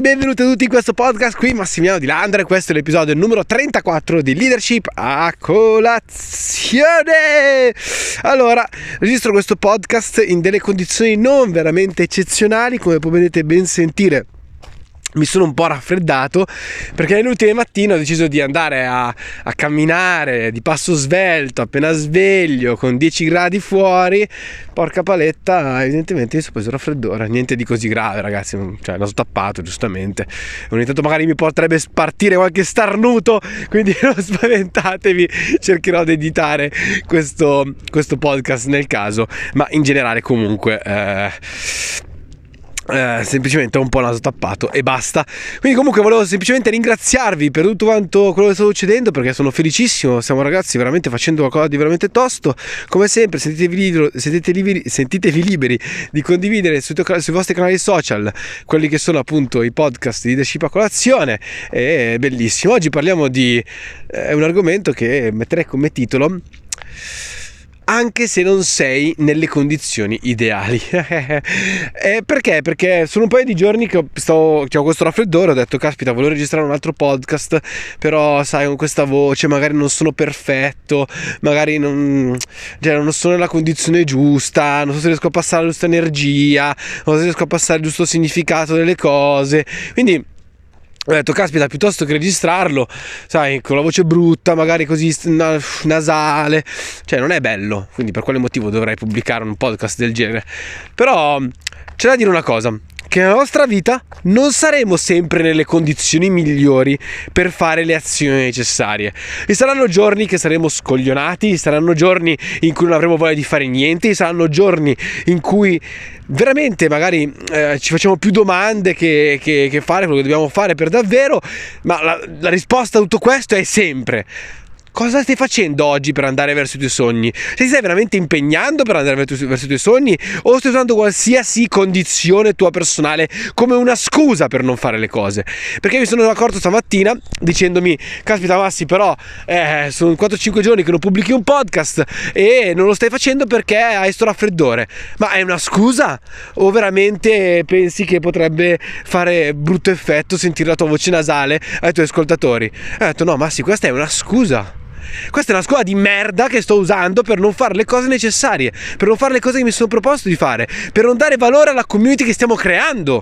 benvenuti a tutti in questo podcast. Qui Massimiliano Di Landre, questo è l'episodio numero 34 di Leadership a colazione. Allora, registro questo podcast in delle condizioni non veramente eccezionali, come potete ben sentire. Mi sono un po' raffreddato perché nelle ultime mattine ho deciso di andare a camminare di passo svelto, appena sveglio, con 10 gradi fuori. Porca paletta, evidentemente mi sono preso il raffreddore. Niente di così grave, ragazzi, cioè naso tappato, giustamente. Ogni tanto magari mi potrebbe spartire qualche starnuto, quindi non spaventatevi, cercherò di editare questo podcast nel caso, ma in generale comunque semplicemente ho un po' naso tappato e basta. Quindi comunque volevo semplicemente ringraziarvi per tutto quanto quello che sta succedendo, perché sono felicissimo. Stiamo ragazzi veramente facendo qualcosa di veramente tosto. Come sempre sentitevi liberi di condividere sui vostri canali social quelli che sono appunto i podcast di Leadership a colazione. È bellissimo. Oggi parliamo di un argomento che metterei come titolo: anche se non sei nelle condizioni ideali. Perché? Perché sono un paio di giorni che ho questo raffreddore, ho detto caspita, volevo registrare un altro podcast, però sai, con questa voce magari non sono perfetto, magari non sono nella condizione giusta, non so se riesco a passare la giusta energia, non so se riesco a passare il giusto significato delle cose, quindi ho detto caspita, piuttosto che registrarlo, sai, con la voce brutta, magari così nasale, cioè non è bello, quindi per quale motivo dovrei pubblicare un podcast del genere? Però c'è da dire una cosa, che nella nostra vita non saremo sempre nelle condizioni migliori per fare le azioni necessarie. Ci saranno giorni che saremo scoglionati, ci saranno giorni in cui non avremo voglia di fare niente, ci saranno giorni in cui veramente magari ci facciamo più domande che fare quello che dobbiamo fare per davvero, ma la risposta a tutto questo è sempre: cosa stai facendo oggi per andare verso i tuoi sogni? Se ti stai veramente impegnando per andare verso i tuoi sogni, o stai usando qualsiasi condizione tua personale come una scusa per non fare le cose? Perché mi sono accorto stamattina dicendomi caspita Massi, però sono 4-5 giorni che non pubblichi un podcast e non lo stai facendo perché hai sto raffreddore. Ma è una scusa? O veramente pensi che potrebbe fare brutto effetto sentire la tua voce nasale ai tuoi ascoltatori? Ho detto no Massi, questa è una scusa. Questa è una scuola di merda che sto usando per non fare le cose necessarie, per non fare le cose che mi sono proposto di fare, per non dare valore alla community che stiamo creando.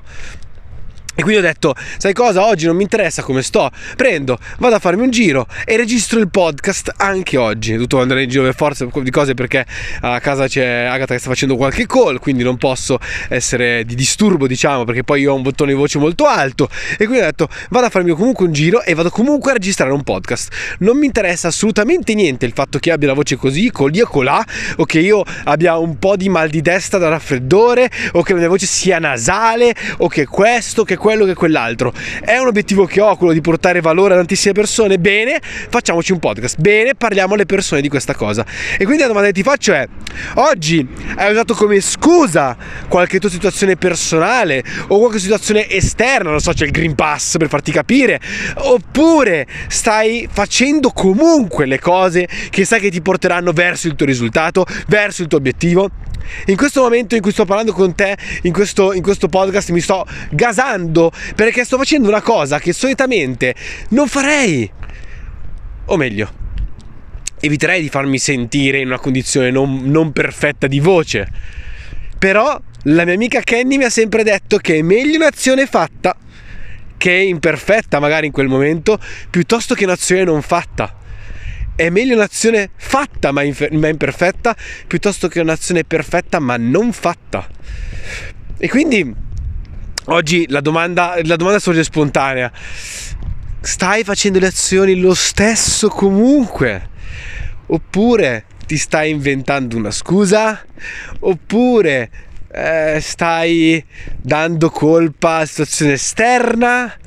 E quindi ho detto, sai cosa, oggi non mi interessa come sto, vado a farmi un giro e registro il podcast anche oggi. Ho dovuto andare in giro per forza di cose perché a casa c'è Agata che sta facendo qualche call, quindi non posso essere di disturbo, diciamo, perché poi io ho un bottone di voce molto alto. E quindi ho detto, vado a farmi comunque un giro e vado comunque a registrare un podcast. Non mi interessa assolutamente niente il fatto che abbia la voce così, colì e colà, o che io abbia un po' di mal di testa da raffreddore, o che la mia voce sia nasale, o che questo, che quello, che quell'altro. È un obiettivo che ho, quello di portare valore a tantissime persone. Bene, facciamoci un podcast, bene, parliamo alle persone di questa cosa. E quindi la domanda che ti faccio è: oggi hai usato come scusa qualche tua situazione personale o qualche situazione esterna, non so, c'è il Green Pass per farti capire, oppure stai facendo comunque le cose che sai che ti porteranno verso il tuo risultato, verso il tuo obiettivo? In questo momento in cui sto parlando con te, in questo podcast, mi sto gasando perché sto facendo una cosa che solitamente non farei, o meglio, eviterei di farmi sentire in una condizione non perfetta di voce. Però la mia amica Kenny mi ha sempre detto che è meglio un'azione fatta che imperfetta magari in quel momento, piuttosto che un'azione non fatta. È meglio un'azione fatta ma imperfetta piuttosto che un'azione perfetta ma non fatta. E quindi oggi la domanda sorge spontanea: stai facendo le azioni lo stesso comunque? Oppure ti stai inventando una scusa? Oppure stai dando colpa alla situazione esterna?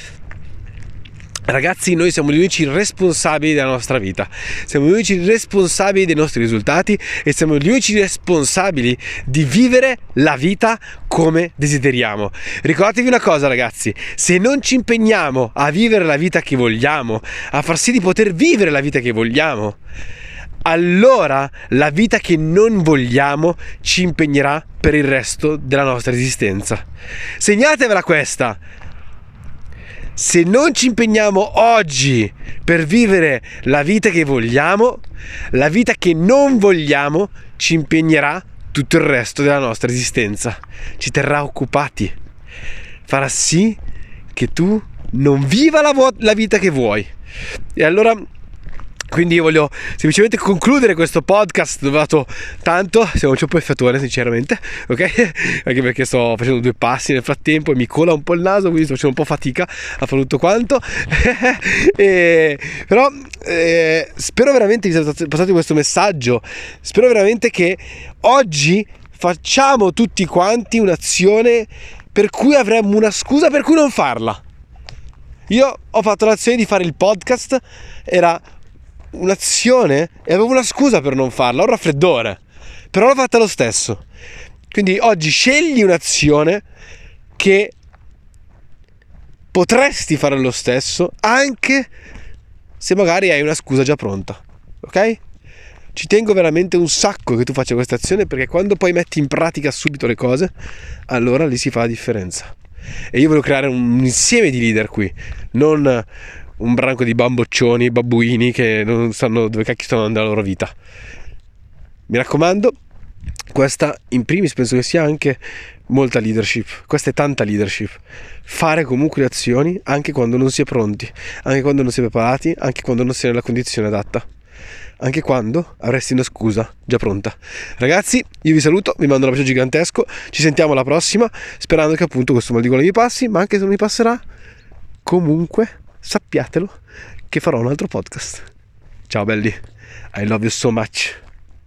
Ragazzi, noi siamo gli unici responsabili della nostra vita, siamo gli unici responsabili dei nostri risultati e siamo gli unici responsabili di vivere la vita come desideriamo. Ricordatevi una cosa ragazzi, se non ci impegniamo a vivere la vita che vogliamo, a far sì di poter vivere la vita che vogliamo, allora la vita che non vogliamo ci impegnerà per il resto della nostra esistenza. Segnatevela questa. Oggi hai usato come scusa qualche tua situazione personale o qualche situazione esterna, non so, c'è il Green Pass per farti capire, se non ci impegniamo oggi per vivere la vita che vogliamo, la vita che non vogliamo ci impegnerà tutto il resto della nostra esistenza, ci terrà occupati, farà sì che tu non viva la vita che vuoi. E allora, quindi io voglio semplicemente concludere questo podcast dove ho dato tanto, siamo un po' effettuare sinceramente, ok? Anche perché sto facendo 2 passi nel frattempo e mi cola un po' il naso, quindi sto facendo un po' fatica a fare tutto quanto. Però spero veramente che vi sia passato questo messaggio, spero veramente che oggi facciamo tutti quanti un'azione per cui avremmo una scusa per cui non farla. Io ho fatto l'azione di fare il podcast, era un'azione e avevo una scusa per non farla, un raffreddore, però l'ho fatta lo stesso. Quindi oggi scegli un'azione che potresti fare lo stesso anche se magari hai una scusa già pronta, ok? Ci tengo veramente un sacco che tu faccia questa azione, perché quando poi metti in pratica subito le cose, allora lì si fa la differenza. E io voglio creare un insieme di leader qui, non un branco di bamboccioni, babbuini che non sanno dove cacchio stanno andando la loro vita. Mi raccomando, questa in primis penso che sia anche molta leadership, questa è tanta leadership, fare comunque le azioni anche quando non si è pronti, anche quando non si è preparati, anche quando non si è nella condizione adatta, anche quando avresti una scusa già pronta. Ragazzi, io vi saluto, vi mando un abbraccio gigantesco, ci sentiamo alla prossima, sperando che appunto questo mal di gola mi passi, ma anche se non mi passerà, comunque sappiatelo che farò un altro podcast. Ciao belli, I love you so much.